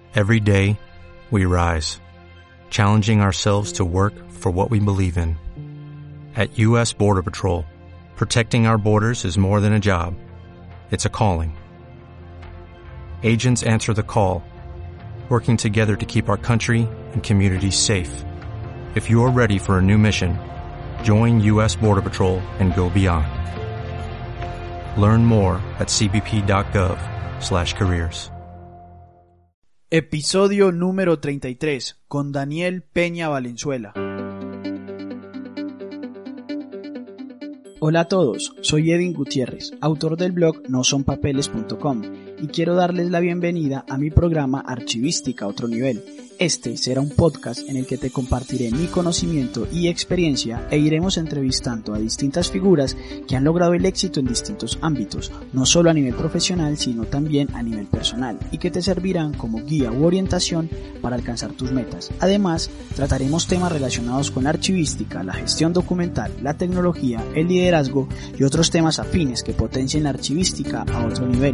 Every day, we rise, challenging ourselves to work for what we believe in. At U.S. Border Patrol, protecting our borders is more than a job. It's a calling. Agents answer the call, working together to keep our country and communities safe. If you are ready for a new mission, join U.S. Border Patrol and go beyond. Learn more at cbp.gov/careers. Episodio número 33, con Daniel Peña Valenzuela. Hola a todos, soy Edwin Gutiérrez, autor del blog nosonpapeles.com, y quiero darles la bienvenida a mi programa Archivística a otro nivel. Este será un podcast en el que te compartiré mi conocimiento y experiencia e iremos entrevistando a distintas figuras que han logrado el éxito en distintos ámbitos, no solo a nivel profesional sino también a nivel personal, y que te servirán como guía u orientación para alcanzar tus metas. Además, trataremos temas relacionados con la archivística, la gestión documental, la tecnología, el liderazgo y otros temas afines que potencien la archivística a otro nivel.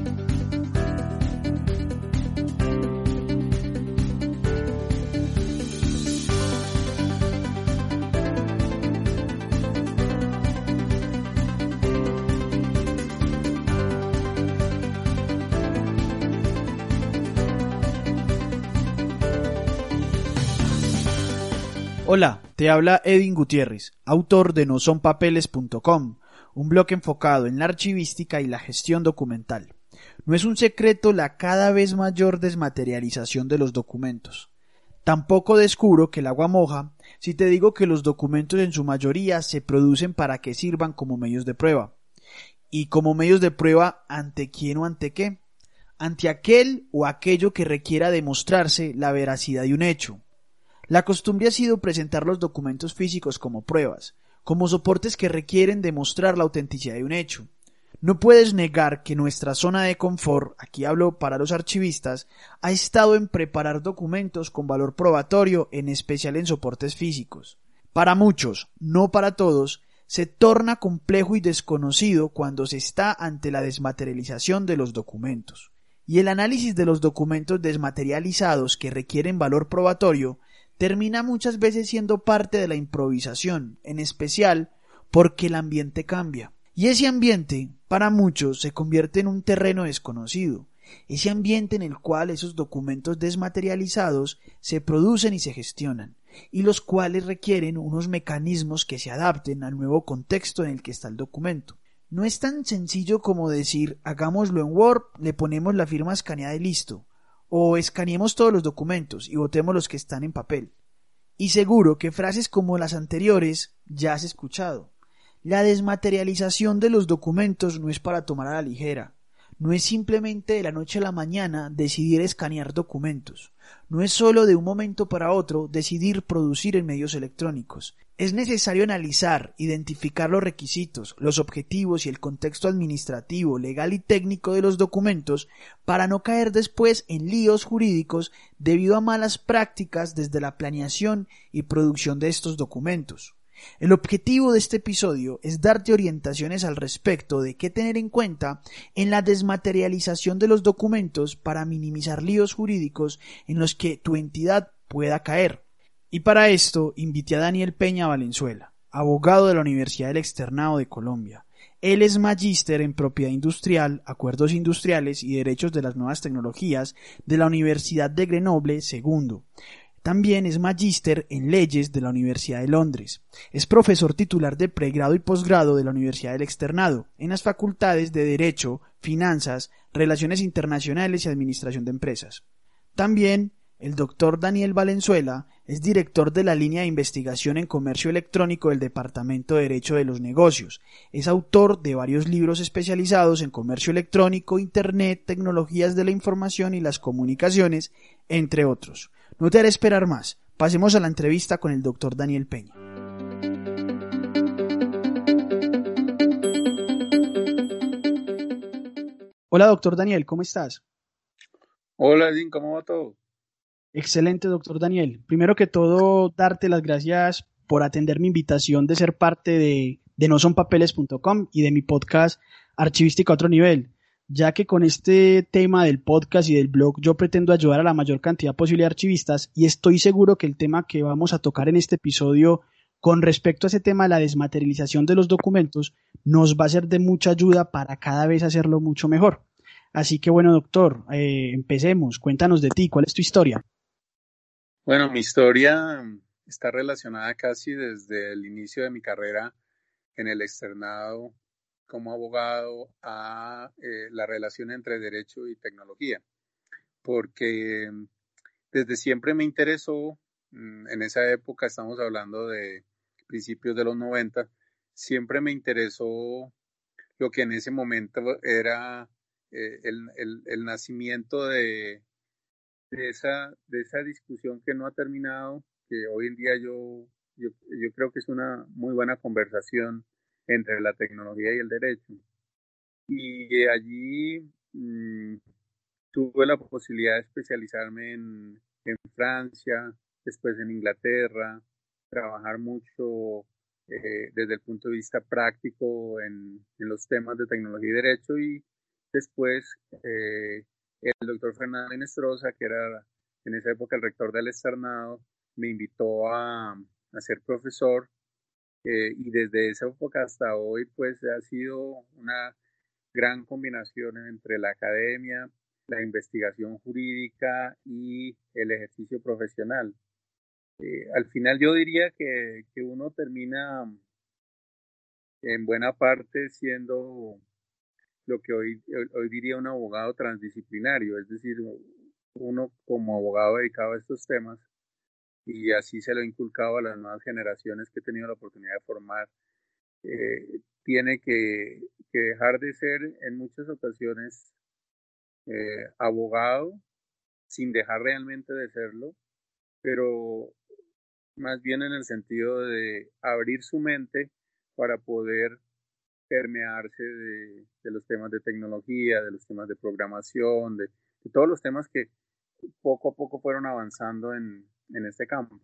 Hola, te habla Edwin Gutiérrez, autor de nosonpapeles.com, un blog enfocado en la archivística y la gestión documental. No es un secreto la cada vez mayor desmaterialización de los documentos. Tampoco descubro que el agua moja si te digo que los documentos en su mayoría se producen para que sirvan como medios de prueba. ¿Y como medios de prueba ante quién o ante qué? Ante aquel o aquello que requiera demostrarse la veracidad de un hecho. La costumbre ha sido presentar los documentos físicos como pruebas, como soportes que requieren demostrar la autenticidad de un hecho. No puedes negar que nuestra zona de confort, aquí hablo para los archivistas, ha estado en preparar documentos con valor probatorio, en especial en soportes físicos. Para muchos, no para todos, se torna complejo y desconocido cuando se está ante la desmaterialización de los documentos. Y el análisis de los documentos desmaterializados que requieren valor probatorio termina muchas veces siendo parte de la improvisación, en especial porque el ambiente cambia. Y ese ambiente, para muchos, se convierte en un terreno desconocido, ese ambiente en el cual esos documentos desmaterializados se producen y se gestionan, y los cuales requieren unos mecanismos que se adapten al nuevo contexto en el que está el documento. No es tan sencillo como decir, hagámoslo en Word, le ponemos la firma escaneada y listo. O escaneemos todos los documentos y botemos los que están en papel. Y seguro que frases como las anteriores ya has escuchado. La desmaterialización de los documentos no es para tomar a la ligera. No es simplemente de la noche a la mañana decidir escanear documentos. No es solo de un momento para otro decidir producir en medios electrónicos. Es necesario analizar, identificar los requisitos, los objetivos y el contexto administrativo, legal y técnico de los documentos para no caer después en líos jurídicos debido a malas prácticas desde la planeación y producción de estos documentos. El objetivo de este episodio es darte orientaciones al respecto de qué tener en cuenta en la desmaterialización de los documentos para minimizar líos jurídicos en los que tu entidad pueda caer. Y para esto invité a Daniel Peña Valenzuela, abogado de la Universidad del Externado de Colombia. Él es magíster en Propiedad Industrial, Acuerdos Industriales y Derechos de las Nuevas Tecnologías de la Universidad de Grenoble II. También es magíster en Leyes de la Universidad de Londres. Es profesor titular de pregrado y posgrado de la Universidad del Externado, en las facultades de Derecho, Finanzas, Relaciones Internacionales y Administración de Empresas. También, el doctor Daniel Valenzuela es director de la línea de investigación en comercio electrónico del Departamento de Derecho de los Negocios. Es autor de varios libros especializados en comercio electrónico, Internet, tecnologías de la información y las comunicaciones, entre otros. No te haré esperar más. Pasemos a la entrevista con el doctor Daniel Peña. Hola, doctor Daniel, ¿cómo estás? Hola, Edwin, ¿cómo va todo? Excelente, doctor Daniel. Primero que todo, darte las gracias por atender mi invitación de ser parte de nosonpapeles.com y de mi podcast Archivística a otro nivel. ya que con este tema del podcast y del blog yo pretendo ayudar a la mayor cantidad posible de archivistas y estoy seguro que el tema que vamos a tocar en este episodio con respecto a ese tema de la desmaterialización de los documentos nos va a ser de mucha ayuda para cada vez hacerlo mucho mejor. Así que bueno, doctor, empecemos. Cuéntanos de ti, ¿cuál es tu historia? Bueno, mi historia está relacionada casi desde el inicio de mi carrera en el externado como abogado a la relación entre derecho y tecnología, porque desde siempre me interesó, en esa época estamos hablando de principios de los 90, siempre me interesó lo que en ese momento era el nacimiento de esa discusión que no ha terminado, que hoy en día yo creo que es una muy buena conversación entre la tecnología y el derecho. Y allí tuve la posibilidad de especializarme en Francia, después en Inglaterra, trabajar mucho desde el punto de vista práctico en los temas de tecnología y derecho y después el doctor Fernando Menestrosa, que era en esa época el rector del externado, me invitó a ser profesor y desde esa época hasta hoy pues ha sido una gran combinación entre la academia, la investigación jurídica y el ejercicio profesional. Al final yo diría que uno termina en buena parte siendo lo que hoy diría un abogado transdisciplinario, es decir, uno como abogado dedicado a estos temas, y así se lo he inculcado a las nuevas generaciones que he tenido la oportunidad de formar, tiene que dejar de ser en muchas ocasiones abogado sin dejar realmente de serlo, pero más bien en el sentido de abrir su mente para poder permearse de los temas de tecnología, de los temas de programación, de todos los temas que poco a poco fueron avanzando en este campo.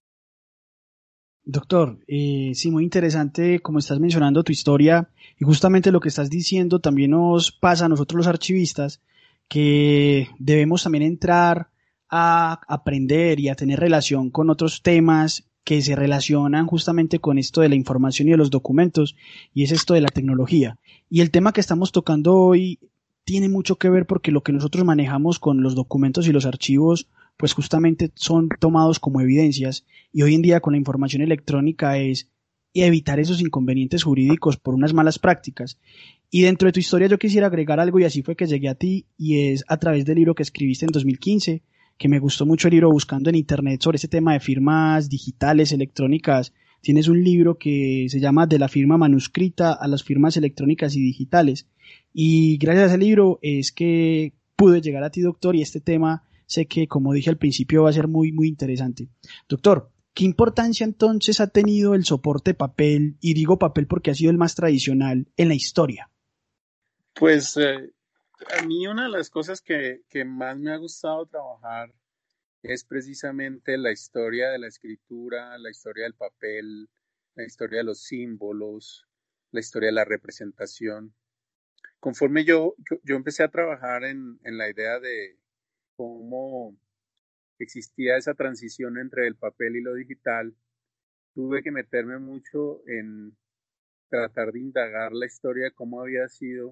Doctor, sí, muy interesante como estás mencionando tu historia y justamente lo que estás diciendo también nos pasa a nosotros los archivistas que debemos también entrar a aprender y a tener relación con otros temas que se relacionan justamente con esto de la información y de los documentos y es esto de la tecnología. Y el tema que estamos tocando hoy tiene mucho que ver porque lo que nosotros manejamos con los documentos y los archivos pues justamente son tomados como evidencias y hoy en día con la información electrónica es evitar esos inconvenientes jurídicos por unas malas prácticas. Y dentro de tu historia yo quisiera agregar algo y así fue que llegué a ti y es a través del libro que escribiste en 2015, que me gustó mucho el libro buscando en internet sobre ese tema de firmas digitales, electrónicas. Tienes un libro que se llama De la firma manuscrita a las firmas electrónicas y digitales. Y gracias a ese libro es que pude llegar a ti, doctor, y este tema sé que, como dije al principio, va a ser muy, muy interesante. Doctor, ¿qué importancia entonces ha tenido el soporte papel? Y digo papel porque ha sido el más tradicional en la historia. Pues a mí una de las cosas que más me ha gustado trabajar es precisamente la historia de la escritura, la historia del papel, la historia de los símbolos, la historia de la representación. Conforme yo empecé a trabajar en la idea de cómo existía esa transición entre el papel y lo digital, tuve que meterme mucho en tratar de indagar la historia de cómo había sido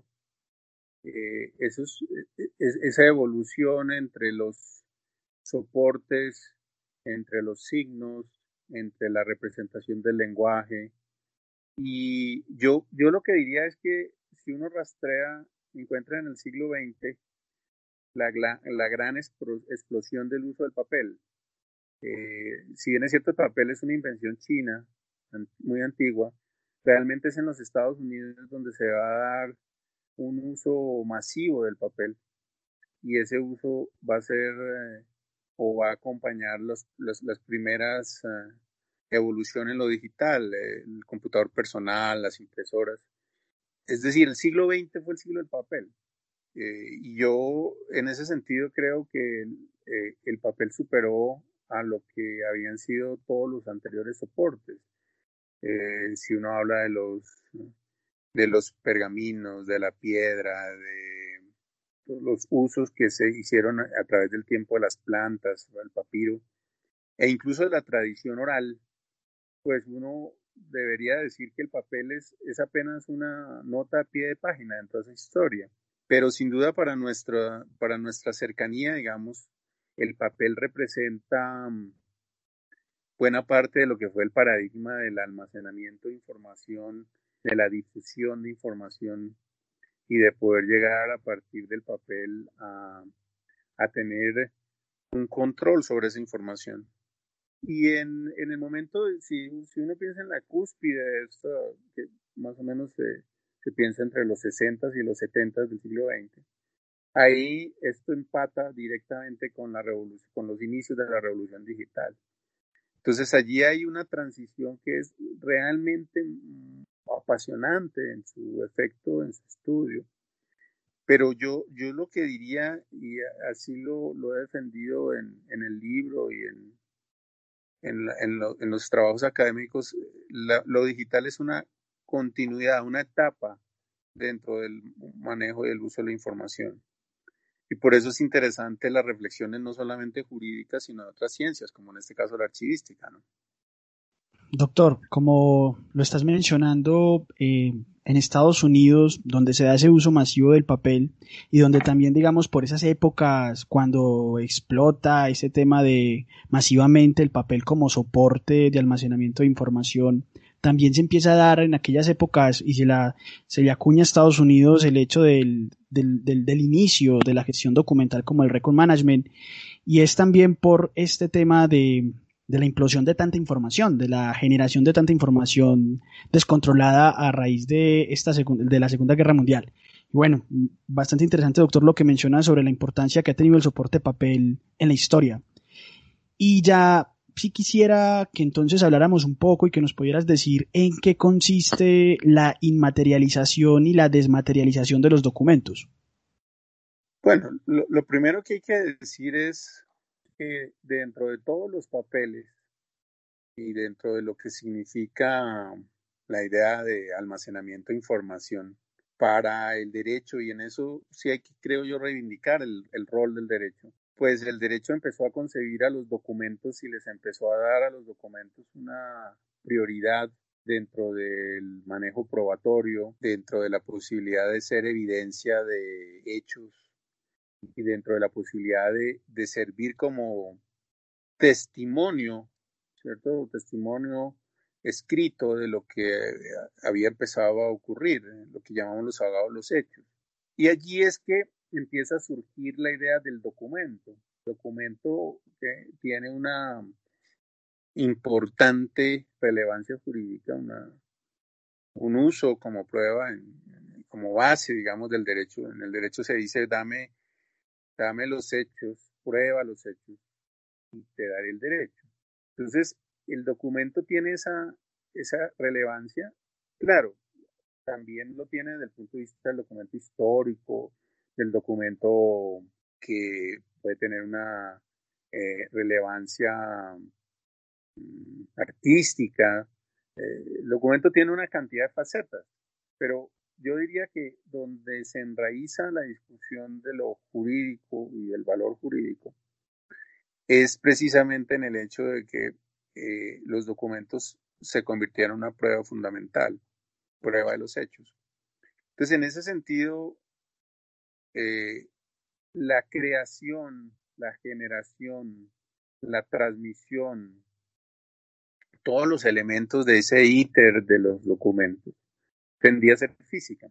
esa evolución entre los soportes, entre los signos, entre la representación del lenguaje. Y yo lo que diría es que si uno rastrea, encuentra en el siglo XX la gran explosión del uso del papel. Si bien es cierto, el papel es una invención china, muy antigua, realmente es en los Estados Unidos donde se va a dar un uso masivo del papel y ese uso va a ser o va a acompañar las primeras evoluciones en lo digital, el computador personal, las impresoras. Es decir, el siglo XX fue el siglo del papel. Y yo en ese sentido creo que el papel superó a lo que habían sido todos los anteriores soportes. Si uno habla de los pergaminos, de la piedra, los usos que se hicieron a través del tiempo de las plantas, el papiro, e incluso de la tradición oral, pues uno debería decir que el papel es apenas una nota a pie de página en toda esa historia. Pero sin duda para nuestra cercanía, digamos, el papel representa buena parte de lo que fue el paradigma del almacenamiento de información, de la difusión de información y de poder llegar a partir del papel a tener un control sobre esa información. Y en el momento, si uno piensa en la cúspide de esto, que más o menos se piensa entre los 60s y los 70s del siglo XX, ahí esto empata directamente con la revolución, con los inicios de la revolución digital. Entonces allí hay una transición que es realmente apasionante en su efecto, en su estudio. Pero yo lo que diría, y así lo he defendido en el libro y en los trabajos académicos, lo digital es una continuidad, una etapa dentro del manejo y el uso de la información. Y por eso es interesante las reflexiones no solamente jurídicas, sino de otras ciencias, como en este caso la archivística, ¿no? Doctor, como lo estás mencionando, en Estados Unidos, donde se da ese uso masivo del papel y donde también, digamos, por esas épocas, cuando explota ese tema de masivamente el papel como soporte de almacenamiento de información, también se empieza a dar en aquellas épocas y se le acuña a Estados Unidos el hecho del inicio de la gestión documental como el record management, y es también por este tema de la implosión de tanta información, de la generación de tanta información descontrolada a raíz de de la Segunda Guerra Mundial. Y bueno, bastante interesante, doctor, lo que menciona sobre la importancia que ha tenido el soporte de papel en la historia. Y ya sí quisiera que entonces habláramos un poco y que nos pudieras decir en qué consiste la inmaterialización y la desmaterialización de los documentos. Bueno, lo primero que hay que decir es que dentro de todos los papeles y dentro de lo que significa la idea de almacenamiento de información para el derecho, y en eso sí hay que, creo yo, reivindicar el rol del derecho, pues el derecho empezó a concebir a los documentos y les empezó a dar a los documentos una prioridad dentro del manejo probatorio, dentro de la posibilidad de ser evidencia de hechos y dentro de la posibilidad de servir como testimonio, ¿cierto? Testimonio escrito de lo que había empezado a ocurrir, lo que llamamos los abogados los hechos. Y allí es que empieza a surgir la idea del documento que tiene una importante relevancia jurídica, un uso como prueba, como base, digamos, del derecho. En el derecho se dice, dame los hechos, prueba los hechos y te daré el derecho. Entonces, el documento tiene esa relevancia. Claro, también lo tiene desde el punto de vista del documento histórico, del documento que puede tener una relevancia artística. El documento tiene una cantidad de facetas, pero yo diría que donde se enraiza la discusión de lo jurídico y del valor jurídico es precisamente en el hecho de que los documentos se convirtieron en una prueba fundamental, prueba de los hechos. Entonces, en ese sentido, la creación, la generación, la transmisión, todos los elementos de ese íter de los documentos tendría a ser física.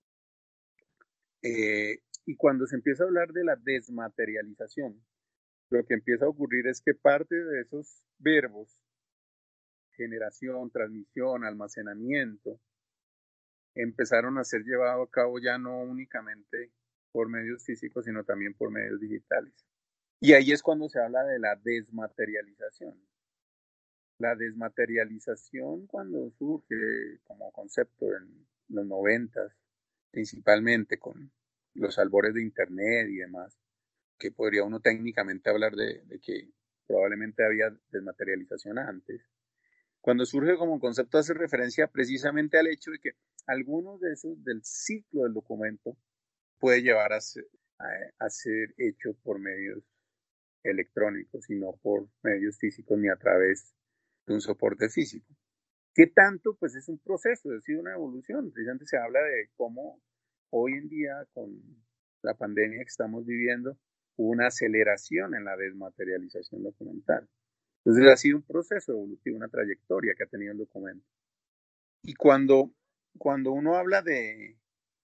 Y cuando se empieza a hablar de la desmaterialización, lo que empieza a ocurrir es que parte de esos verbos, generación, transmisión, almacenamiento, empezaron a ser llevados a cabo ya no únicamente por medios físicos, sino también por medios digitales. Y ahí es cuando se habla de la desmaterialización. La desmaterialización, cuando surge como concepto en los 90s, principalmente con los albores de Internet y demás, que podría uno técnicamente hablar de que probablemente había desmaterialización antes. Cuando surge como concepto hace referencia precisamente al hecho de que algunos de esos del ciclo del documento puede llevar a ser hecho por medios electrónicos y no por medios físicos ni a través de un soporte físico. ¿Qué tanto? Pues es un proceso, es una evolución. Precisamente se habla de cómo hoy en día, con la pandemia que estamos viviendo, hubo una aceleración en la desmaterialización documental. Entonces ha sido un proceso evolutivo, una trayectoria que ha tenido el documento. Y cuando uno habla de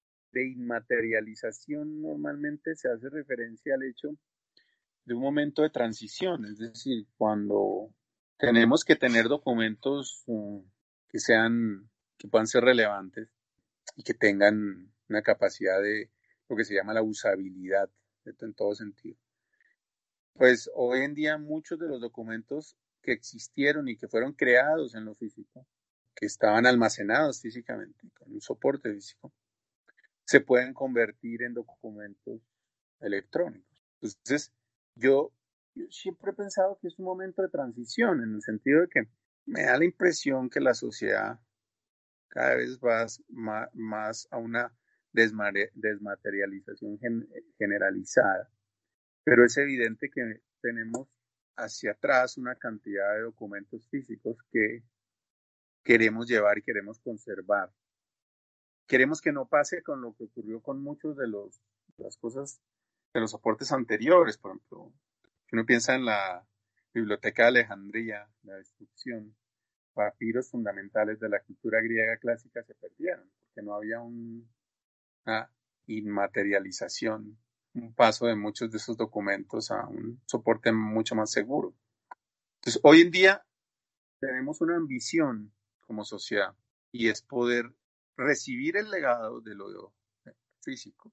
inmaterialización, normalmente se hace referencia al hecho de un momento de transición, es decir, cuando tenemos que tener documentos que puedan ser relevantes y que tengan una capacidad de lo que se llama la usabilidad, ¿cierto? En todo sentido. Pues hoy en día muchos de los documentos que existieron y que fueron creados en lo físico, que estaban almacenados físicamente, con un soporte físico, se pueden convertir en documentos electrónicos. Entonces, yo siempre he pensado que es un momento de transición, en el sentido de que me da la impresión que la sociedad cada vez va más a una desmaterialización generalizada, pero es evidente que tenemos hacia atrás una cantidad de documentos físicos que queremos llevar y queremos conservar. Queremos que no pase con lo que ocurrió con muchos de las cosas, de los soportes anteriores. Por ejemplo, si uno piensa en la Biblioteca de Alejandría, la destrucción, papiros fundamentales de la cultura griega clásica se perdieron, porque no había una inmaterialización, un paso de muchos de esos documentos a un soporte mucho más seguro. Entonces, hoy en día tenemos una ambición como sociedad y es poder recibir el legado de lo físico,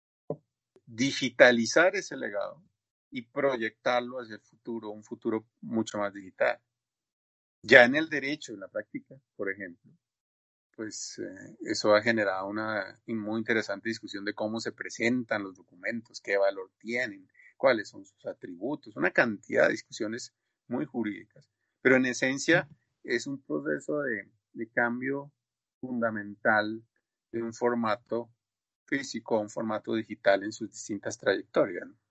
digitalizar ese legado y proyectarlo hacia el futuro, un futuro mucho más digital. Ya en el derecho, en la práctica, por ejemplo, pues eso ha generado una muy interesante discusión de cómo se presentan los documentos, qué valor tienen, cuáles son sus atributos, una cantidad de discusiones muy jurídicas. Pero en esencia es un proceso de cambio fundamental de un formato físico a un formato digital en sus distintas trayectorias, ¿no?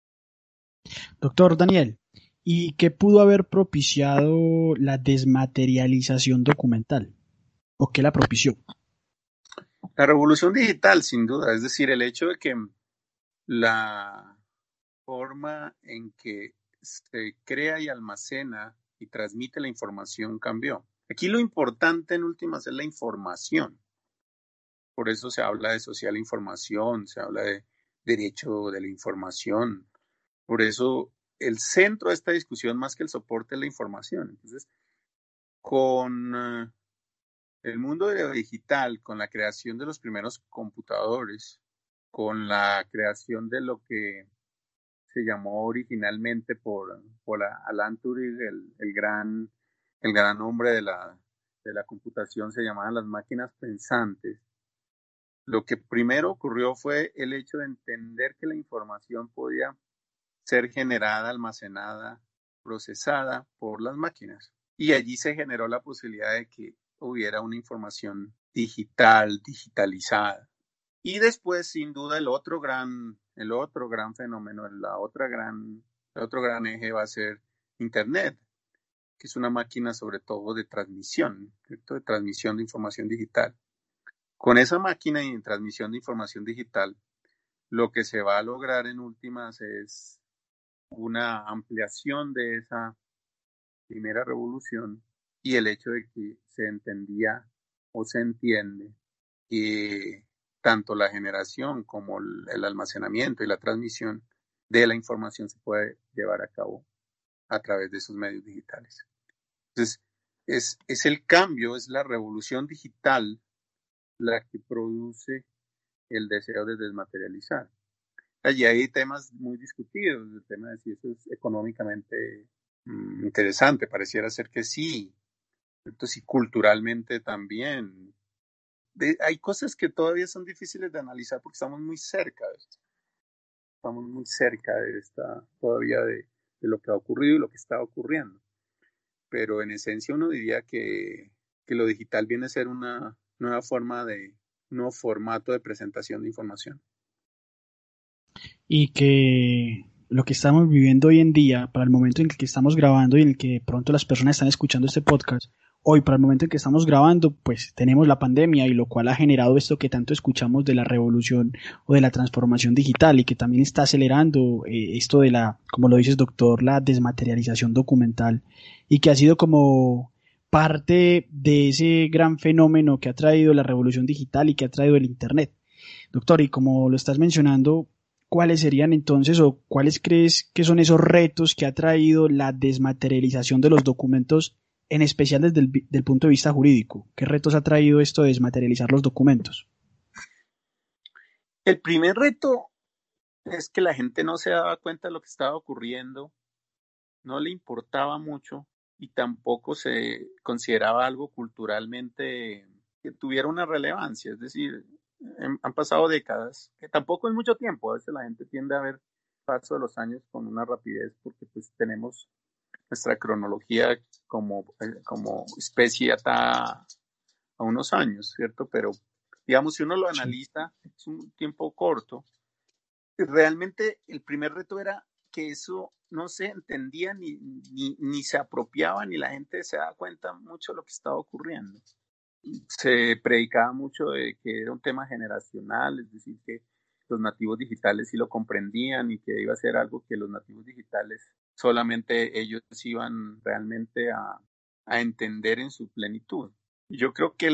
Doctor Daniel, ¿y qué pudo haber propiciado la desmaterialización documental? ¿O qué la propició? La revolución digital, sin duda, es decir, el hecho de que la forma en que se crea y almacena y transmite la información cambió. Aquí lo importante en últimas es la información. Por eso se habla de social información, se habla de derecho de la información. Por eso el centro de esta discusión, más que el soporte, es la información. Entonces, con el mundo de lo digital, con la creación de los primeros computadores, con la creación de lo que se llamó originalmente por Alan Turing, el gran hombre de la computación, se llamaban las máquinas pensantes. Lo que primero ocurrió fue el hecho de entender que la información podía ser generada, almacenada, procesada por las máquinas. Y allí se generó la posibilidad de que hubiera una información digital, digitalizada. Y después, sin duda, el otro gran fenómeno, el otro gran eje va a ser Internet, que es una máquina sobre todo de transmisión, ¿cierto? De transmisión de información digital. Con esa máquina y transmisión de información digital, lo que se va a lograr en últimas es una ampliación de esa primera revolución y el hecho de que se entendía o se entiende que tanto la generación como el almacenamiento y la transmisión de la información se puede llevar a cabo a través de esos medios digitales. Entonces, es el cambio, es la revolución digital la que produce el deseo de desmaterializar. Allí hay temas muy discutidos, el tema de si eso es económicamente interesante, pareciera ser que sí, entonces, y culturalmente también. Hay cosas que todavía son difíciles de analizar porque estamos muy cerca de esto. Estamos muy cerca de todavía de lo que ha ocurrido y lo que está ocurriendo. Pero en esencia uno diría que lo digital viene a ser una nueva forma un nuevo formato de presentación de información. y que lo que estamos viviendo hoy en día, para el momento en el que estamos grabando y en el que pronto las personas están escuchando este podcast, hoy para el momento en que estamos grabando, pues tenemos la pandemia y lo cual ha generado esto que tanto escuchamos de la revolución o de la transformación digital y que también está acelerando esto de la, como lo dices doctor, la desmaterialización documental y que ha sido como parte de ese gran fenómeno que ha traído la revolución digital y que ha traído el Internet. Doctor, y como lo estás mencionando, ¿cuáles serían entonces o cuáles crees que son esos retos que ha traído la desmaterialización de los documentos, en especial desde el punto de vista jurídico? ¿Qué retos ha traído esto de desmaterializar los documentos? El primer reto es que la gente no se daba cuenta de lo que estaba ocurriendo, no le importaba mucho y tampoco se consideraba algo culturalmente que tuviera una relevancia. Es decir, han pasado décadas, que tampoco es mucho tiempo. A veces la gente tiende a ver el paso de los años con una rapidez porque pues tenemos nuestra cronología como especie atada a unos años, ¿cierto? Pero digamos, si uno lo analiza, es un tiempo corto. Realmente el primer reto era que eso no se entendía ni se apropiaba, ni la gente se daba cuenta mucho de lo que estaba ocurriendo. Se predicaba mucho de que era un tema generacional, es decir, que los nativos digitales sí lo comprendían y que iba a ser algo que los nativos digitales solamente ellos iban realmente a entender en su plenitud. Yo creo que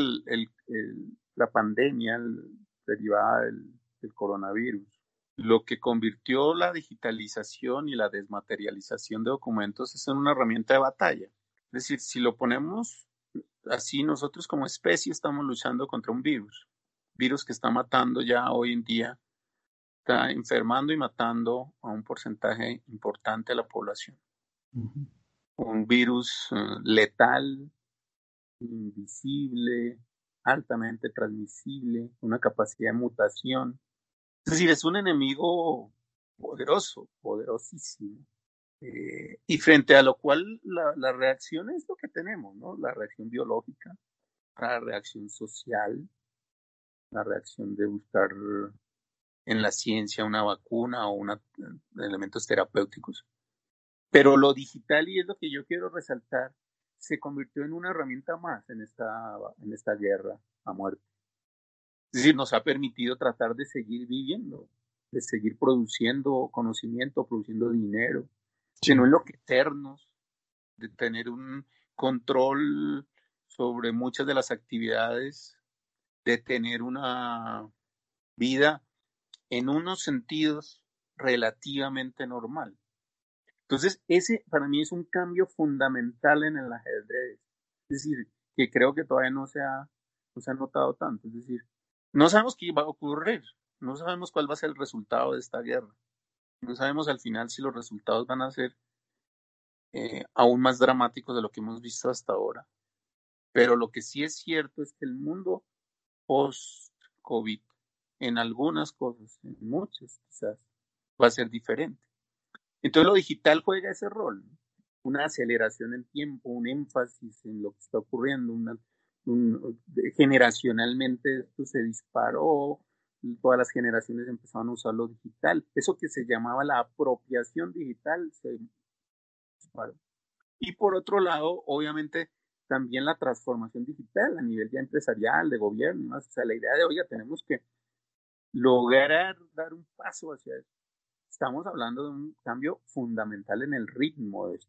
la pandemia derivada del coronavirus, lo que convirtió la digitalización y la desmaterialización de documentos es en una herramienta de batalla. Es decir, si lo ponemos así, nosotros como especie estamos luchando contra un virus que está matando ya hoy en día, está enfermando y matando a un porcentaje importante de la población. Uh-huh. Un virus letal, invisible, altamente transmisible, una capacidad de mutación. Es decir, es un enemigo poderoso, poderosísimo. Y frente a lo cual la reacción es lo que tenemos, ¿no? La reacción biológica, la reacción social, la reacción de buscar en la ciencia una vacuna o elementos terapéuticos. Pero lo digital, y es lo que yo quiero resaltar, se convirtió en una herramienta más en esta guerra a muerte. Es decir, nos ha permitido tratar de seguir viviendo, de seguir produciendo conocimiento, produciendo dinero, de no enloquecernos, de tener un control sobre muchas de las actividades, de tener una vida en unos sentidos relativamente normal. Entonces, ese para mí es un cambio fundamental en el ajedrez. Es decir, que creo que todavía no se ha notado tanto. Es decir, no sabemos qué va a ocurrir, no sabemos cuál va a ser el resultado de esta guerra. No sabemos al final si los resultados van a ser aún más dramáticos de lo que hemos visto hasta ahora. Pero lo que sí es cierto es que el mundo post-COVID, en algunas cosas, en muchas quizás, va a ser diferente. Entonces lo digital juega ese rol, ¿no? Una aceleración en tiempo, un énfasis en lo que está ocurriendo, generacionalmente esto se disparó, todas las generaciones empezaron a usar lo digital. Eso que se llamaba la apropiación digital se disparó. Y por otro lado, obviamente, también la transformación digital a nivel ya empresarial, de gobierno, ¿no? O sea, la idea de, oiga, tenemos que lograr dar un paso hacia eso. Estamos hablando de un cambio fundamental en el ritmo de esto.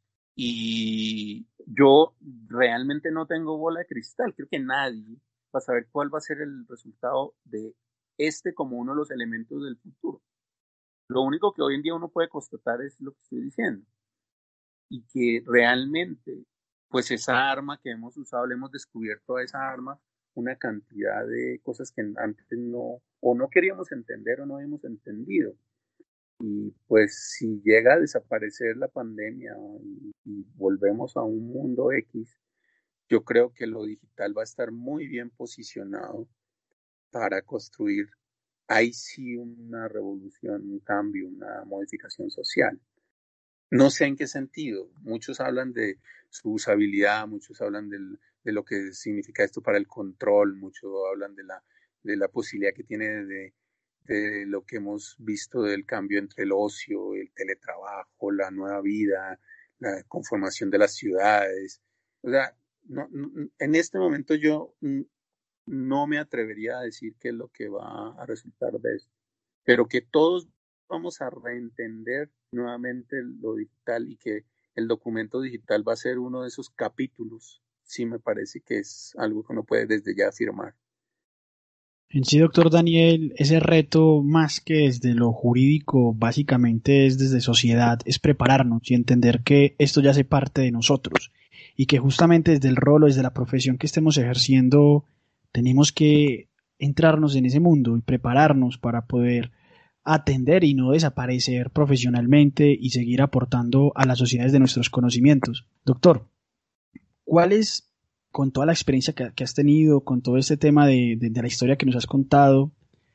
Y yo realmente no tengo bola de cristal. Creo que nadie va a saber cuál va a ser el resultado de como uno de los elementos del futuro. Lo único que hoy en día uno puede constatar es lo que estoy diciendo. Y que realmente, pues esa arma que hemos usado, le hemos descubierto a esa arma una cantidad de cosas que antes no queríamos entender o no habíamos entendido. Y pues si llega a desaparecer la pandemia y volvemos a un mundo X, yo creo que lo digital va a estar muy bien posicionado para construir ahí sí una revolución, un cambio, una modificación social. No sé en qué sentido. Muchos hablan de su usabilidad, muchos hablan de lo que significa esto para el control, muchos hablan de la posibilidad que tiene de de lo que hemos visto del cambio entre el ocio, el teletrabajo, la nueva vida, la conformación de las ciudades. O sea, en este momento yo no me atrevería a decir qué es lo que va a resultar de esto, pero que todos vamos a reentender nuevamente lo digital y que el documento digital va a ser uno de esos capítulos. Sí, me parece que es algo que uno puede desde ya afirmar. En sí, doctor Daniel, ese reto, más que desde lo jurídico, básicamente es desde sociedad, es prepararnos y entender que esto ya hace parte de nosotros y que justamente desde el rol o desde la profesión que estemos ejerciendo tenemos que entrarnos en ese mundo y prepararnos para poder atender y no desaparecer profesionalmente y seguir aportando a las sociedades de nuestros conocimientos. Doctor, ¿cuál es, con toda la experiencia que has tenido, con todo este tema de la historia que nos has contado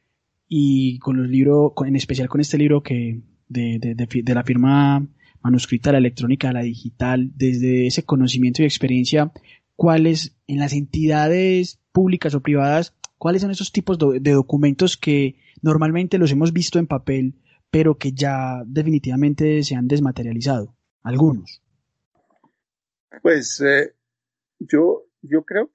y con los libros, en especial con este libro de la firma manuscrita a la electrónica a la digital, desde ese conocimiento y experiencia, cuáles en las entidades públicas o privadas, cuáles son esos tipos de documentos que normalmente los hemos visto en papel, pero que ya definitivamente se han desmaterializado? Algunos. Pues yo creo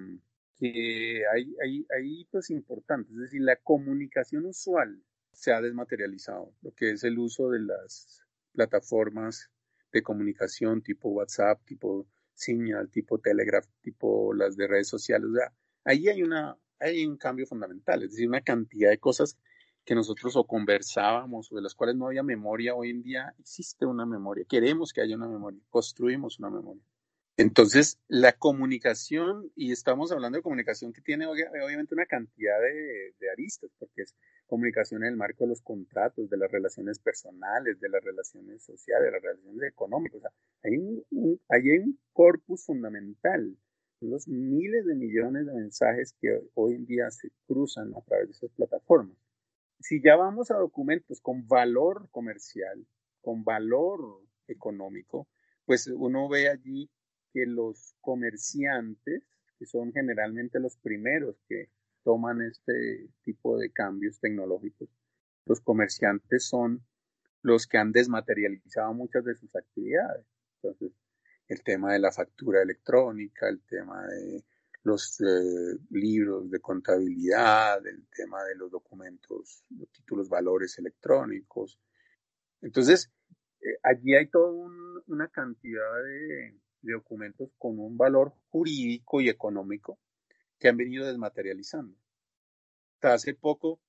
que hay hitos importantes, es decir, la comunicación usual se ha desmaterializado, lo que es el uso de las plataformas de comunicación tipo WhatsApp, tipo Signal, tipo Telegraph, tipo las de redes sociales. O sea, ahí hay un cambio fundamental, es decir, una cantidad de cosas que nosotros o conversábamos o de las cuales no había memoria. Hoy en día existe una memoria, queremos que haya una memoria, construimos una memoria. Entonces, la comunicación, y estamos hablando de comunicación que tiene obviamente una cantidad de aristas, porque es comunicación en el marco de los contratos, de las relaciones personales, de las relaciones sociales, de las relaciones económicas. O sea, hay un corpus fundamental, los miles de millones de mensajes que hoy en día se cruzan a través de esas plataformas. Si ya vamos a documentos con valor comercial, con valor económico, pues uno ve allí que los comerciantes, que son generalmente los primeros que toman este tipo de cambios tecnológicos, los comerciantes son los que han desmaterializado muchas de sus actividades. Entonces, el tema de la factura electrónica, el tema de los libros de contabilidad, el tema de los documentos, los títulos valores electrónicos. Entonces, allí hay toda una cantidad de documentos con un valor jurídico y económico que han venido desmaterializando. Hasta hace poco,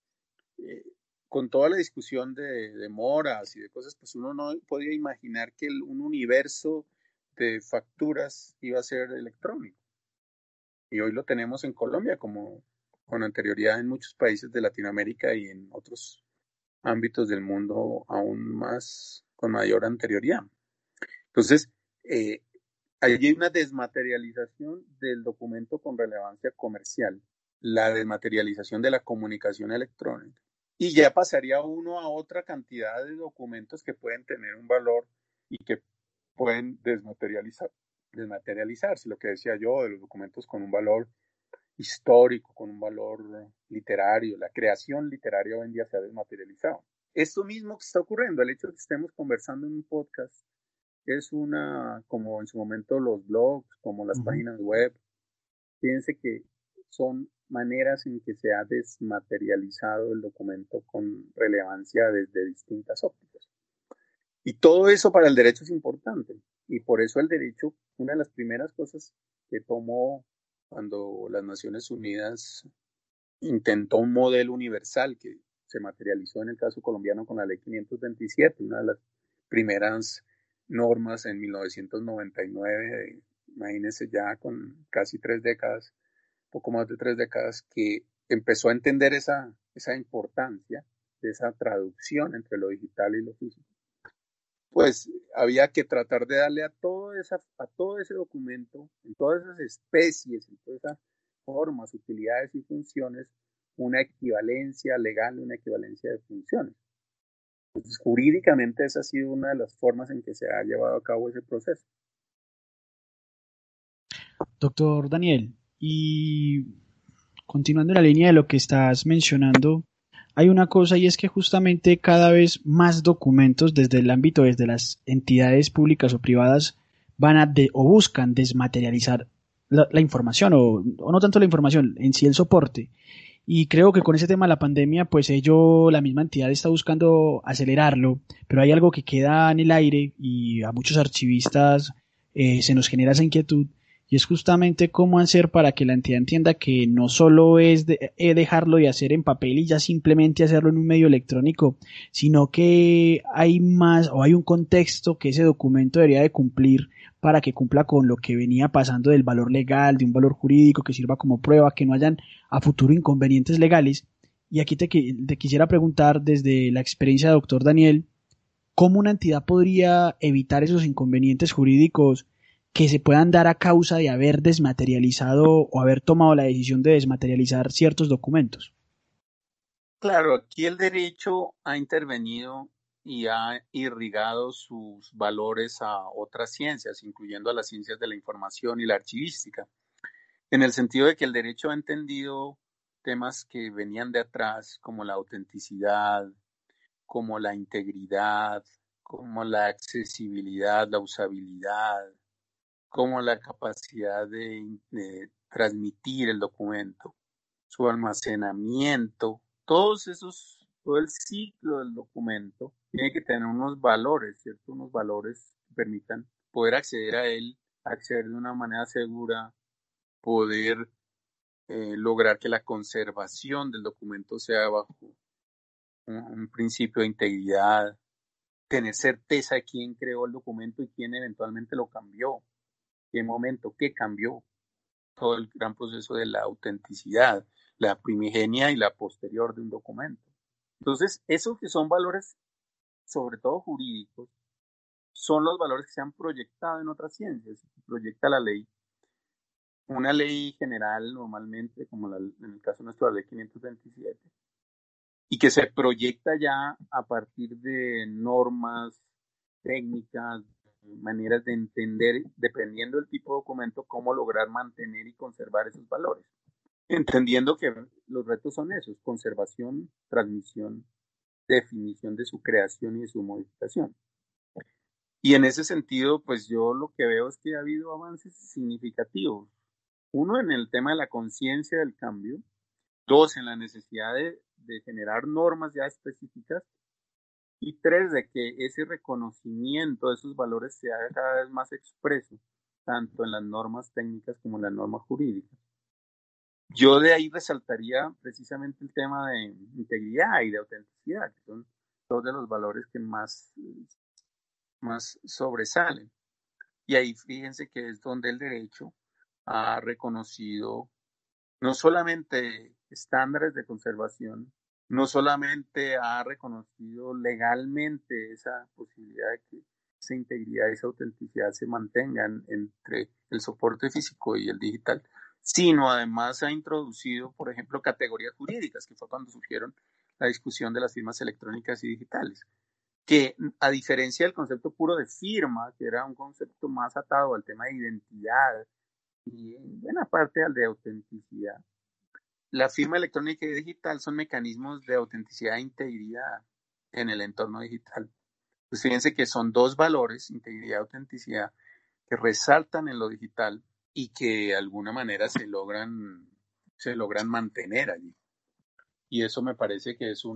con toda la discusión de moras y de cosas, pues uno no podía imaginar que un universo de facturas iba a ser electrónico. Y hoy lo tenemos en Colombia, como con anterioridad en muchos países de Latinoamérica y en otros ámbitos del mundo aún más, con mayor anterioridad. Entonces, hay una desmaterialización del documento con relevancia comercial, la desmaterialización de la comunicación electrónica. Y ya pasaría uno a otra cantidad de documentos que pueden tener un valor y que pueden desmaterializarse, lo que decía yo, de los documentos con un valor histórico, con un valor literario. La creación literaria hoy en día se ha desmaterializado. Esto mismo que está ocurriendo, el hecho de que estemos conversando en un podcast, es como en su momento los blogs, como las páginas web. Fíjense que son maneras en que se ha desmaterializado el documento con relevancia desde distintas ópticas. Y todo eso para el derecho es importante. Y por eso el derecho, una de las primeras cosas que tomó cuando las Naciones Unidas intentó un modelo universal que se materializó en el caso colombiano con la ley 527, una de las primeras normas en 1999, imagínense ya con casi 3 décadas, poco más de 3 décadas, que empezó a entender esa importancia de esa traducción entre lo digital y lo físico. Pues había que tratar de darle a todo ese documento, en todas esas especies, en todas esas formas, utilidades y funciones, una equivalencia legal, una equivalencia de funciones. Entonces, jurídicamente esa ha sido una de las formas en que se ha llevado a cabo ese proceso. Doctor Daniel, y continuando la línea de lo que estás mencionando, hay una cosa, y es que justamente cada vez más documentos desde el ámbito, desde las entidades públicas o privadas, o buscan desmaterializar la información, o no tanto la información, en sí el soporte. Y creo que con ese tema de la pandemia, pues la misma entidad está buscando acelerarlo, pero hay algo que queda en el aire y a muchos archivistas se nos genera esa inquietud, y es justamente cómo hacer para que la entidad entienda que no solo es dejarlo de hacer en papel y ya simplemente hacerlo en un medio electrónico, sino que hay más, o hay un contexto que ese documento debería de cumplir para que cumpla con lo que venía pasando del valor legal, de un valor jurídico que sirva como prueba, que no hayan a futuro inconvenientes legales. Y aquí te quisiera preguntar, desde la experiencia de doctor Daniel, ¿cómo una entidad podría evitar esos inconvenientes jurídicos que se puedan dar a causa de haber desmaterializado o haber tomado la decisión de desmaterializar ciertos documentos? Claro, aquí el derecho ha intervenido y ha irrigado sus valores a otras ciencias, incluyendo a las ciencias de la información y la archivística, en el sentido de que el derecho ha entendido temas que venían de atrás, como la autenticidad, como la integridad, como la accesibilidad, la usabilidad, como la capacidad de transmitir el documento, su almacenamiento, todo el ciclo del documento tiene que tener unos valores, ¿cierto? Unos valores que permitan poder acceder a él, acceder de una manera segura, poder lograr que la conservación del documento sea bajo un principio de integridad, tener certeza de quién creó el documento y quién eventualmente lo cambió, qué momento, qué cambió, todo el gran proceso de la autenticidad, la primigenia y la posterior de un documento. Entonces, esos que son valores, sobre todo jurídicos, son los valores que se han proyectado en otras ciencias. Proyecta la ley, una ley general normalmente, como en el caso nuestro, la ley 527, y que se proyecta ya a partir de normas técnicas, maneras de entender, dependiendo del tipo de documento, cómo lograr mantener y conservar esos valores. Entendiendo que los retos son esos: conservación, transmisión, definición de su creación y de su modificación. Y en ese sentido, pues yo lo que veo es que ha habido avances significativos. Uno, en el tema de la conciencia del cambio. Dos, en la necesidad de generar normas ya específicas. Y tres, de que ese reconocimiento de esos valores se haga cada vez más expreso, tanto en las normas técnicas como en las normas jurídicas. Yo de ahí resaltaría precisamente el tema de integridad y de autenticidad, que son dos de los valores que más sobresalen. Y ahí fíjense que es donde el derecho ha reconocido no solamente estándares de conservación, no solamente ha reconocido legalmente esa posibilidad de que esa integridad y esa autenticidad se mantengan entre el soporte físico y el digital, sino además ha introducido, por ejemplo, categorías jurídicas, que fue cuando surgieron la discusión de las firmas electrónicas y digitales, que a diferencia del concepto puro de firma, que era un concepto más atado al tema de identidad y en buena parte al de autenticidad, la firma electrónica y digital son mecanismos de autenticidad e integridad en el entorno digital. Pues fíjense que son dos valores, integridad y autenticidad, que resaltan en lo digital y que de alguna manera se logran mantener allí. Y eso me parece que es un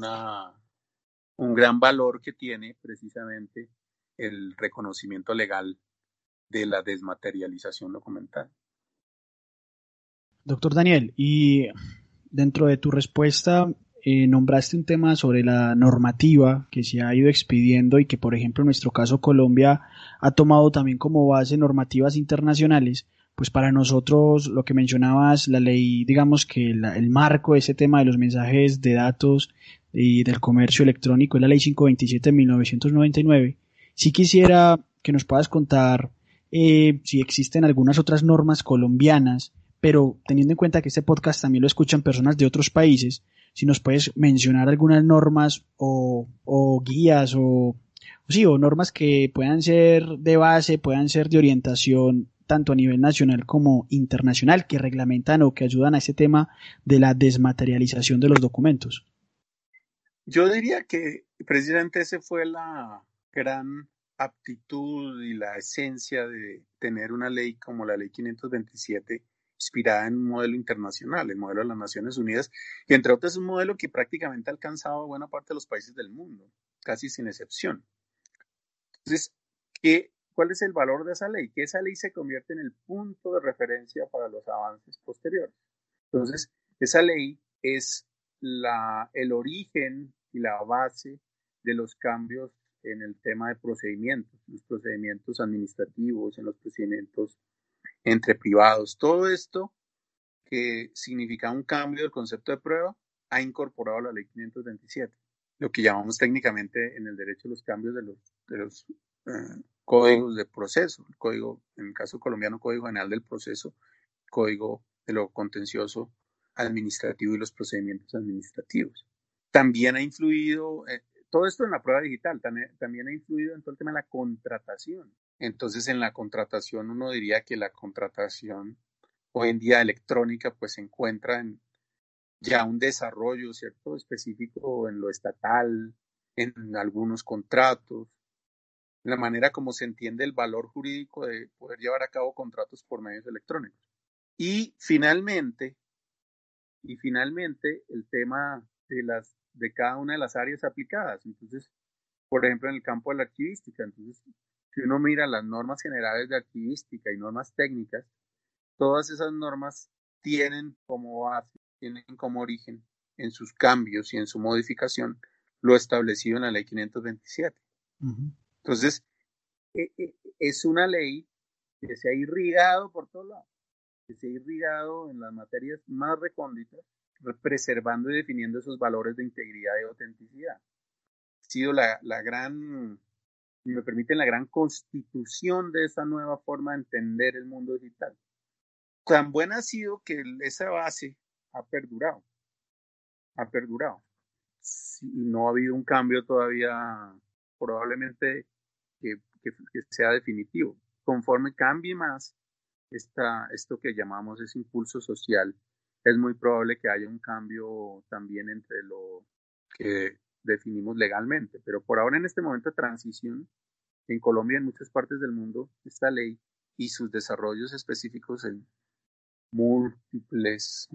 gran valor que tiene precisamente el reconocimiento legal de la desmaterialización documental. Doctor Daniel, y dentro de tu respuesta nombraste un tema sobre la normativa que se ha ido expidiendo y que, por ejemplo, en nuestro caso Colombia ha tomado también como base normativas internacionales. Pues para nosotros, lo que mencionabas, la ley, digamos que el marco de ese tema de los mensajes de datos y del comercio electrónico es la ley 527 de 1999. Sí quisiera que nos puedas contar si existen algunas otras normas colombianas, pero teniendo en cuenta que este podcast también lo escuchan personas de otros países, si nos puedes mencionar algunas normas o guías o normas que puedan ser de base, puedan ser de orientación tanto a nivel nacional como internacional, que reglamentan o que ayudan a este tema de la desmaterialización de los documentos. Yo diría que precisamente ese fue la gran aptitud y la esencia de tener una ley como la Ley 527, inspirada en un modelo internacional, el modelo de las Naciones Unidas, y entre otros es un modelo que prácticamente ha alcanzado a buena parte de los países del mundo, casi sin excepción. Entonces, ¿cuál es el valor de esa ley? Que esa ley se convierte en el punto de referencia para los avances posteriores. Entonces, esa ley es el origen y la base de los cambios en el tema de procedimientos, los procedimientos administrativos, en los procedimientos entre privados. Todo esto que significa un cambio del concepto de prueba ha incorporado la ley 527, lo que llamamos técnicamente en el derecho los cambios de los códigos de proceso, el código, en el caso colombiano, Código General del Proceso, Código de lo Contencioso Administrativo y los procedimientos administrativos. También ha influido, todo esto en la prueba digital, también ha influido en todo el tema de la contratación. Entonces, en la contratación, uno diría que la contratación hoy en día electrónica, pues se encuentra en ya un desarrollo, ¿cierto?, específico en lo estatal, en algunos contratos, la manera como se entiende el valor jurídico de poder llevar a cabo contratos por medios electrónicos. Y finalmente el tema de cada una de las áreas aplicadas. Entonces, por ejemplo, en el campo de la archivística, entonces, si uno mira las normas generales de archivística y normas técnicas, todas esas normas tienen como base, tienen como origen en sus cambios y en su modificación lo establecido en la ley 527. Entonces, es una ley que se ha irrigado por todos lados, que se ha irrigado en las materias más recónditas, preservando y definiendo esos valores de integridad y autenticidad. Ha sido la gran, si me permiten, la gran constitución de esa nueva forma de entender el mundo digital. Tan buena ha sido que esa base ha perdurado. Sí, no ha habido un cambio todavía, probablemente que sea definitivo. Conforme cambie más esto que llamamos ese impulso social, es muy probable que haya un cambio también entre lo que definimos legalmente. Pero por ahora, en este momento de transición, en Colombia y en muchas partes del mundo, esta ley y sus desarrollos específicos en múltiples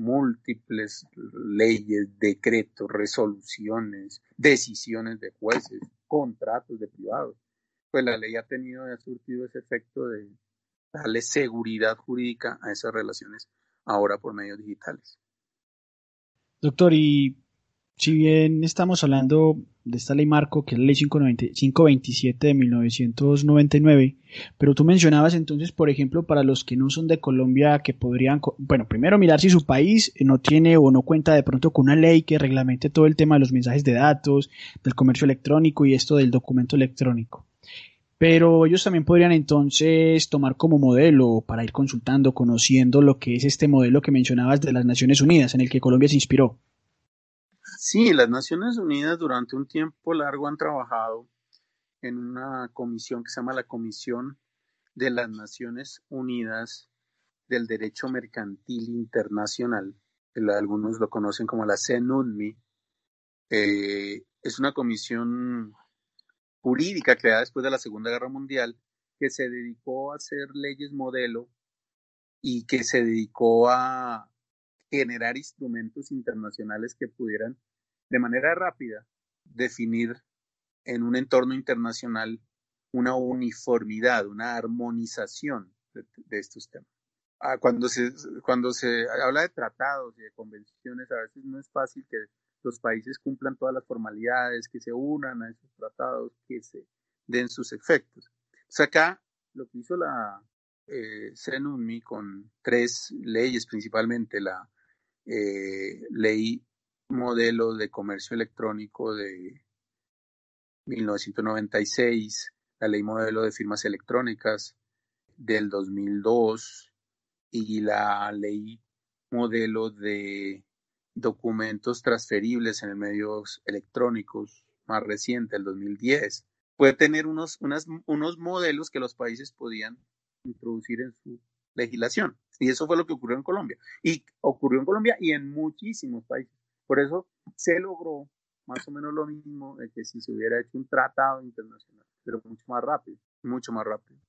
leyes, decretos, resoluciones, decisiones de jueces, contratos de privados, pues la ley ha surtido ese efecto de darle seguridad jurídica a esas relaciones ahora por medios digitales. Doctor, y si bien estamos hablando de esta ley marco, que es la ley 527 de 1999, pero tú mencionabas entonces, por ejemplo, para los que no son de Colombia, que podrían, bueno, primero mirar si su país no tiene o no cuenta de pronto con una ley que reglamente todo el tema de los mensajes de datos, del comercio electrónico y esto del documento electrónico. Pero ellos también podrían entonces tomar como modelo para ir consultando, conociendo lo que es este modelo que mencionabas de las Naciones Unidas, en el que Colombia se inspiró. Sí, las Naciones Unidas durante un tiempo largo han trabajado en una comisión que se llama la Comisión de las Naciones Unidas del Derecho Mercantil Internacional. Algunos lo conocen como la CENUNMI. Es una comisión jurídica creada después de la Segunda Guerra Mundial que se dedicó a hacer leyes modelo y que se dedicó a generar instrumentos internacionales que pudieran de manera rápida definir en un entorno internacional una uniformidad, una armonización de estos temas. Cuando se habla de tratados y de convenciones, a veces no es fácil que los países cumplan todas las formalidades, que se unan a esos tratados, que se den sus efectos. Acá lo que hizo la CENUNMI con 3 leyes, principalmente la ley modelo de comercio electrónico de 1996, la ley modelo de firmas electrónicas del 2002 y la ley modelo de documentos transferibles en medios electrónicos más reciente, el 2010. Puede tener unos modelos que los países podían introducir en su legislación. Y eso fue lo que ocurrió en Colombia. Y ocurrió en Colombia y en muchísimos países. Por eso se logró más o menos lo mismo de que si se hubiera hecho un tratado internacional, pero mucho más rápido, mucho más rápido.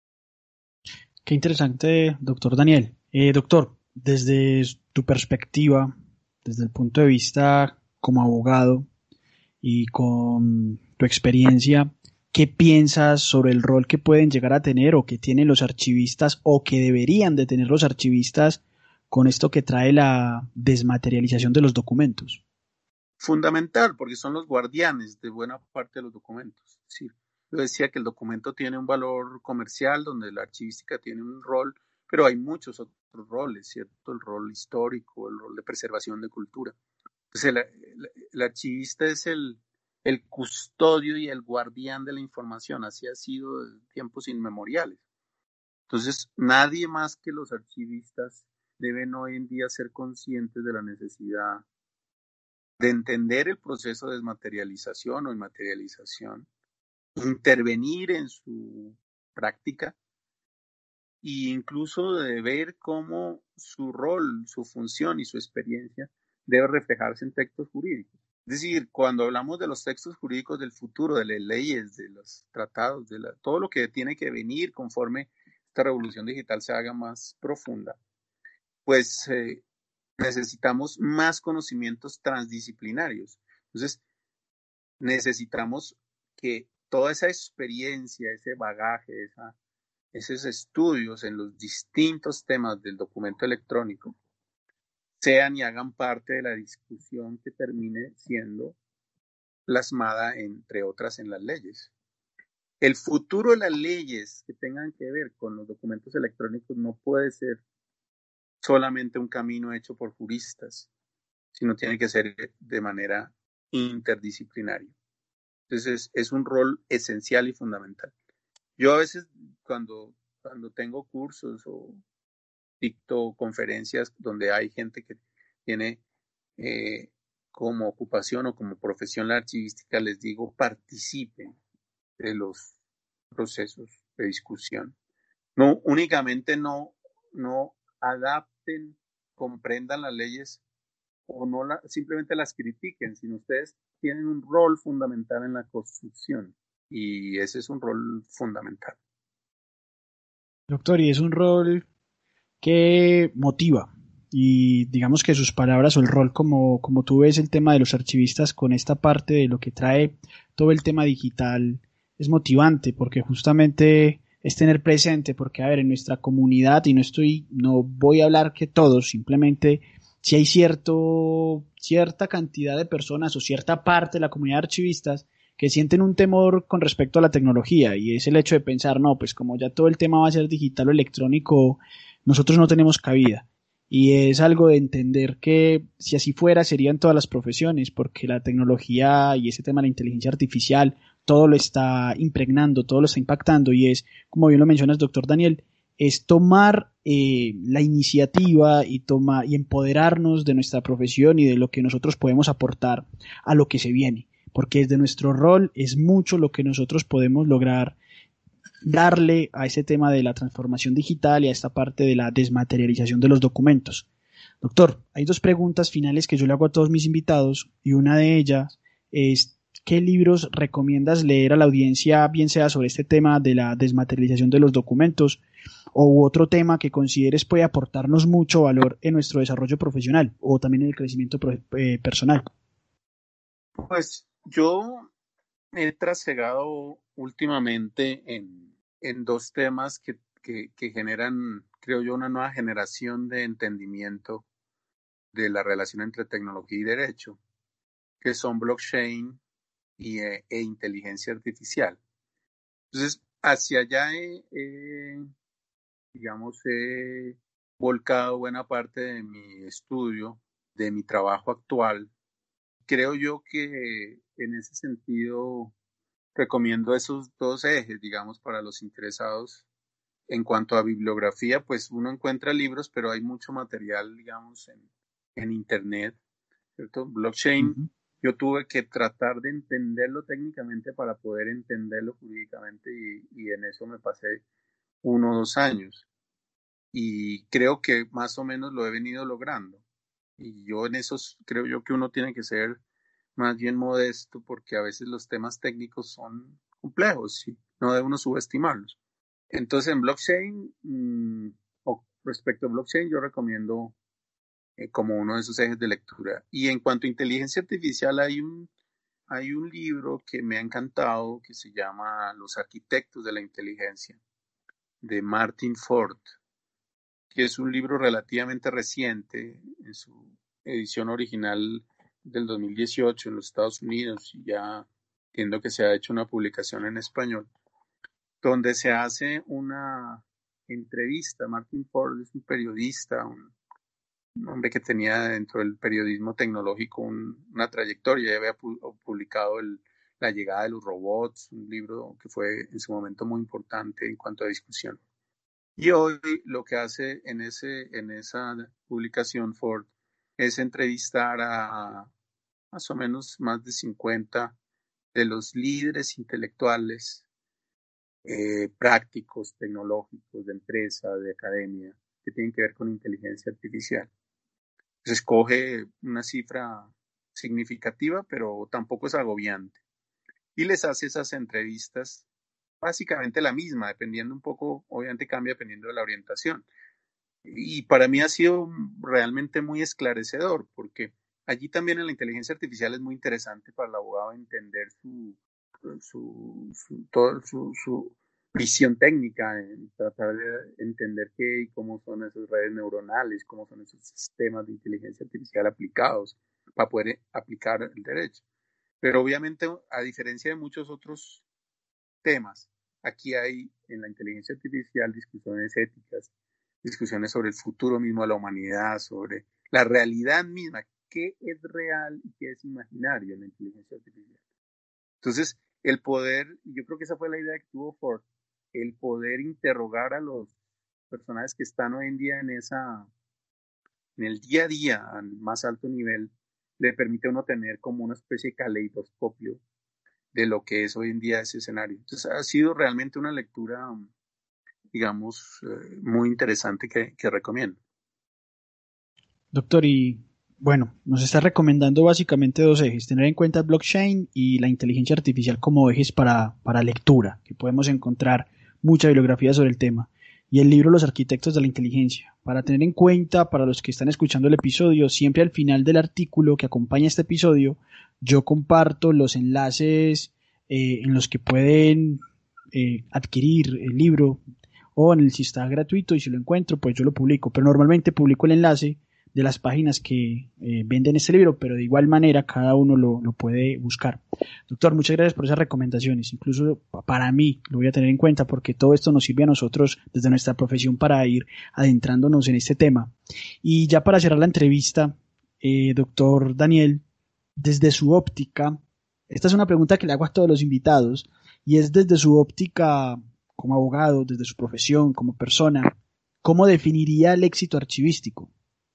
Qué interesante, doctor Daniel. Doctor, desde tu perspectiva, desde el punto de vista como abogado y con tu experiencia, ¿qué piensas sobre el rol que pueden llegar a tener o que tienen los archivistas o que deberían de tener los archivistas con esto que trae la desmaterialización de los documentos? Fundamental, porque son los guardianes de buena parte de los documentos. Sí, yo decía que el documento tiene un valor comercial, donde la archivística tiene un rol, pero hay muchos otros roles, ¿cierto? El rol histórico, el rol de preservación de cultura. Entonces, el archivista es el custodio y el guardián de la información, así ha sido desde tiempos inmemoriales. Entonces, nadie más que los archivistas deben hoy en día ser conscientes de la necesidad de entender el proceso de desmaterialización o inmaterialización, intervenir en su práctica e incluso de ver cómo su rol, su función y su experiencia debe reflejarse en textos jurídicos. Es decir, cuando hablamos de los textos jurídicos del futuro, de las leyes, de los tratados, todo lo que tiene que venir conforme esta revolución digital se haga más profunda, pues necesitamos más conocimientos transdisciplinarios. Entonces, necesitamos que toda esa experiencia, ese bagaje, esos estudios en los distintos temas del documento electrónico sean y hagan parte de la discusión que termine siendo plasmada, entre otras, en las leyes. El futuro de las leyes que tengan que ver con los documentos electrónicos no puede ser solamente un camino hecho por juristas, sino tiene que ser de manera interdisciplinaria. Entonces es un rol esencial y fundamental. Yo a veces cuando tengo cursos o dicto conferencias donde hay gente que tiene como ocupación o como profesión la archivística, les digo, participen de los procesos de discusión. No únicamente no adapten, comprendan las leyes o no simplemente las critiquen, sino ustedes tienen un rol fundamental en la construcción y ese es un rol fundamental. Doctor, y es un rol que motiva y digamos que sus palabras o el rol como tú ves el tema de los archivistas con esta parte de lo que trae todo el tema digital es motivante porque justamente es tener presente porque a ver en nuestra comunidad y no voy a hablar que todos, simplemente si hay cierta cantidad de personas o cierta parte de la comunidad de archivistas que sienten un temor con respecto a la tecnología y es el hecho de pensar, no, pues como ya todo el tema va a ser digital o electrónico, nosotros no tenemos cabida. Y es algo de entender que si así fuera serían todas las profesiones, porque la tecnología y ese tema de la inteligencia artificial, todo lo está impregnando, todo lo está impactando y es, como bien lo mencionas, doctor Daniel, es tomar la iniciativa y empoderarnos de nuestra profesión y de lo que nosotros podemos aportar a lo que se viene, porque desde nuestro rol es mucho lo que nosotros podemos lograr darle a ese tema de la transformación digital y a esta parte de la desmaterialización de los documentos. Doctor, hay dos preguntas finales que yo le hago a todos mis invitados y una de ellas es ¿qué libros recomiendas leer a la audiencia, bien sea sobre este tema de la desmaterialización de los documentos o otro tema que consideres puede aportarnos mucho valor en nuestro desarrollo profesional o también en el crecimiento personal? Pues yo he trasegado últimamente en dos temas que generan, creo yo, una nueva generación de entendimiento de la relación entre tecnología y derecho, que son blockchain e inteligencia artificial. Entonces, hacia allá he volcado buena parte de mi estudio, de mi trabajo actual. Creo yo que en ese sentido recomiendo esos dos ejes, digamos, para los interesados. En cuanto a bibliografía, pues uno encuentra libros, pero hay mucho material, digamos, en Internet, ¿cierto? Blockchain, yo tuve que tratar de entenderlo técnicamente para poder entenderlo jurídicamente y en eso me pasé 1 o 2 años. Y creo que más o menos lo he venido logrando. Y yo en eso creo yo que uno tiene que ser más bien modesto, porque a veces los temas técnicos son complejos y no debe uno subestimarlos. Entonces, en blockchain, o respecto a blockchain, yo recomiendo como uno de esos ejes de lectura. Y en cuanto a inteligencia artificial, hay un libro que me ha encantado que se llama Los arquitectos de la inteligencia, de Martin Ford, que es un libro relativamente reciente en su edición original del 2018 en los Estados Unidos, y ya entiendo que se ha hecho una publicación en español, donde se hace una entrevista. Martin Ford es un periodista, un hombre que tenía dentro del periodismo tecnológico una trayectoria. Ya había publicado La llegada de los robots, un libro que fue en su momento muy importante en cuanto a discusión. Y hoy lo que hace en esa publicación Ford es entrevistar a más o menos más de 50 de los líderes intelectuales, prácticos, tecnológicos, de empresa, de academia, que tienen que ver con inteligencia artificial. Se escoge una cifra significativa, pero tampoco es agobiante. Y les hace esas entrevistas básicamente la misma, dependiendo un poco, obviamente cambia dependiendo de la orientación. Y para mí ha sido realmente muy esclarecedor, porque allí también en la inteligencia artificial es muy interesante para el abogado entender su visión técnica, en tratar de entender qué y cómo son esas redes neuronales, cómo son esos sistemas de inteligencia artificial aplicados para poder aplicar el derecho. Pero obviamente, a diferencia de muchos otros temas, aquí hay en la inteligencia artificial discusiones éticas, discusiones sobre el futuro mismo de la humanidad, sobre la realidad misma, qué es real y qué es imaginario en la inteligencia artificial. Entonces, el poder, yo creo que esa fue la idea que tuvo Ford, el poder interrogar a los personajes que están hoy en día en el día a día, al más alto nivel, le permite a uno tener como una especie de caleidoscopio de lo que es hoy en día ese escenario. Entonces, ha sido realmente una lectura, digamos, muy interesante que recomiendo. Doctor, y bueno, nos está recomendando básicamente dos ejes, tener en cuenta el blockchain y la inteligencia artificial como ejes para lectura, que podemos encontrar mucha bibliografía sobre el tema, y el libro Los arquitectos de la inteligencia. Para tener en cuenta, para los que están escuchando el episodio, siempre al final del artículo que acompaña este episodio, yo comparto los enlaces en los que pueden adquirir el libro, o en el si está gratuito y si lo encuentro, pues yo lo publico, pero normalmente publico el enlace de las páginas que venden este libro, pero de igual manera cada uno lo puede buscar. Doctor, muchas gracias por esas recomendaciones. Incluso para mí lo voy a tener en cuenta porque todo esto nos sirve a nosotros desde nuestra profesión para ir adentrándonos en este tema. Y ya para cerrar la entrevista, doctor Daniel, desde su óptica, esta es una pregunta que le hago a todos los invitados, y es desde su óptica como abogado, desde su profesión, como persona, ¿cómo definiría el éxito archivístico?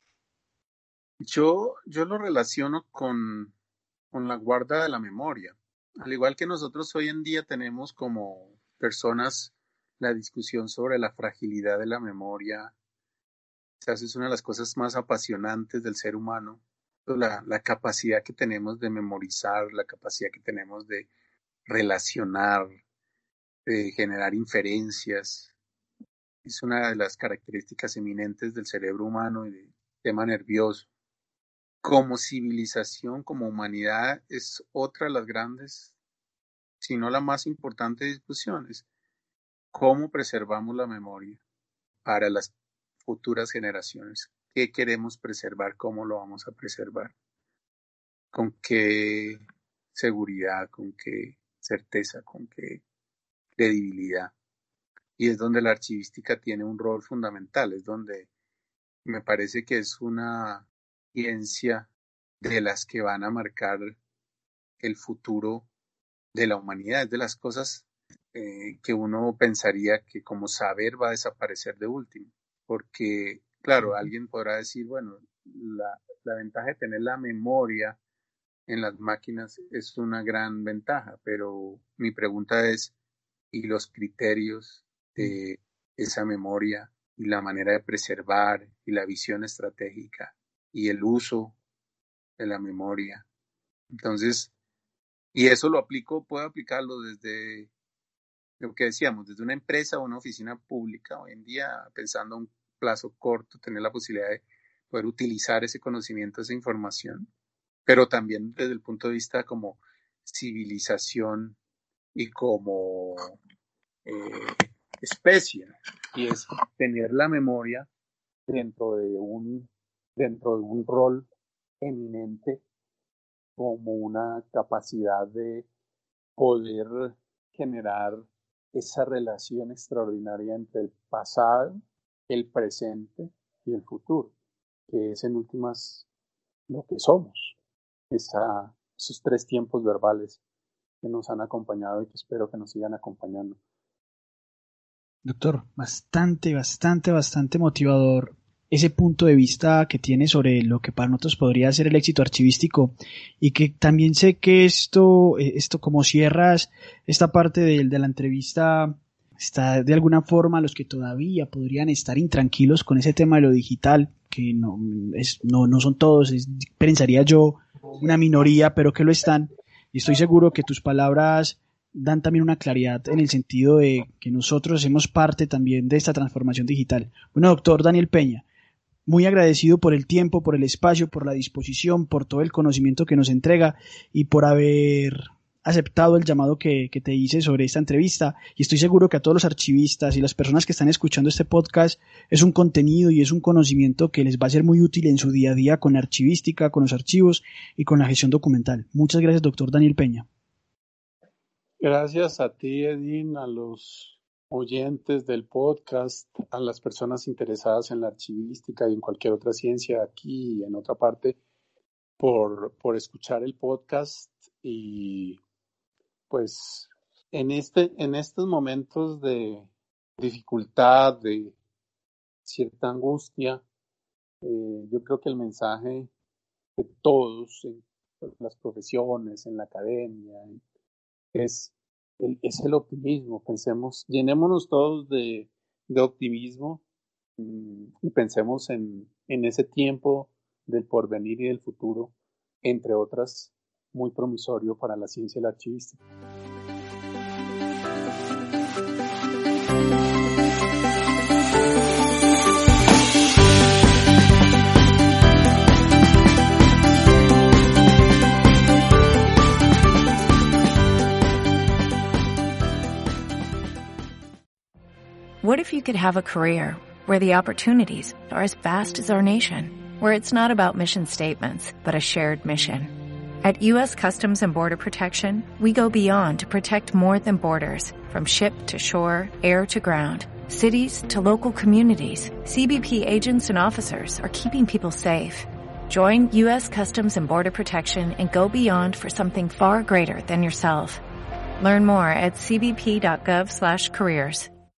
Yo lo relaciono con la guarda de la memoria. Al igual que nosotros hoy en día tenemos como personas la discusión sobre la fragilidad de la memoria, quizás es una de las cosas más apasionantes del ser humano, la capacidad que tenemos de memorizar, la capacidad que tenemos de relacionar, de generar inferencias. Es una de las características eminentes del cerebro humano y del sistema nervioso. Como civilización, como humanidad, es otra de las grandes, si no la más importante discusiones. ¿Cómo preservamos la memoria para las futuras generaciones? ¿Qué queremos preservar? ¿Cómo lo vamos a preservar? ¿Con qué seguridad? ¿Con qué certeza? ¿Con qué credibilidad? Y es donde la archivística tiene un rol fundamental, es donde me parece que es una ciencia de las que van a marcar el futuro de la humanidad, es de las cosas que uno pensaría que como saber va a desaparecer de último, porque claro, alguien podrá decir, bueno, la ventaja de tener la memoria en las máquinas es una gran ventaja, pero mi pregunta es, ¿y los criterios de esa memoria y la manera de preservar y la visión estratégica y el uso de la memoria Entonces, y eso puedo aplicarlo desde lo que decíamos, desde una empresa o una oficina pública. Hoy en día, pensando a un plazo corto, tener la posibilidad de poder utilizar ese conocimiento, esa información, pero también desde el punto de vista como civilización y como especie, y es tener la memoria dentro de un rol eminente como una capacidad de poder generar esa relación extraordinaria entre el pasado, el presente y el futuro, que es en últimas lo que somos, esos 3 tiempos verbales que nos han acompañado y que espero que nos sigan acompañando. Doctor, bastante motivador ese punto de vista que tiene sobre lo que para nosotros podría ser el éxito archivístico, y que también sé que esto como cierras esta parte de la entrevista, está de alguna forma los que todavía podrían estar intranquilos con ese tema de lo digital, que no son todos, pensaría yo una minoría, pero que lo están, y estoy seguro que tus palabras dan también una claridad en el sentido de que nosotros hacemos parte también de esta transformación digital. Bueno, doctor Daniel Peña, muy agradecido por el tiempo, por el espacio, por la disposición, por todo el conocimiento que nos entrega y por haber aceptado el llamado que te hice sobre esta entrevista, y estoy seguro que a todos los archivistas y las personas que están escuchando este podcast es un contenido y es un conocimiento que les va a ser muy útil en su día a día con la archivística, con los archivos y con la gestión documental. Muchas gracias, doctor Daniel Peña. Gracias a ti, Edín, a los oyentes del podcast, a las personas interesadas en la archivística y en cualquier otra ciencia aquí y en otra parte, por escuchar el podcast. Y pues en estos momentos de dificultad, de cierta angustia, yo creo que el mensaje de todos en las profesiones, en la academia, es el optimismo. Pensemos, llenémonos todos de optimismo y pensemos en ese tiempo del porvenir y del futuro, entre otras, muy promisorio para la ciencia y la archivística. What if you could have a career where the opportunities are as vast as our nation, where it's not about mission statements, but a shared mission? At U.S. Customs and Border Protection, we go beyond to protect more than borders. From ship to shore, air to ground, cities to local communities, CBP agents and officers are keeping people safe. Join U.S. Customs and Border Protection and go beyond for something far greater than yourself. Learn more at cbp.gov/careers.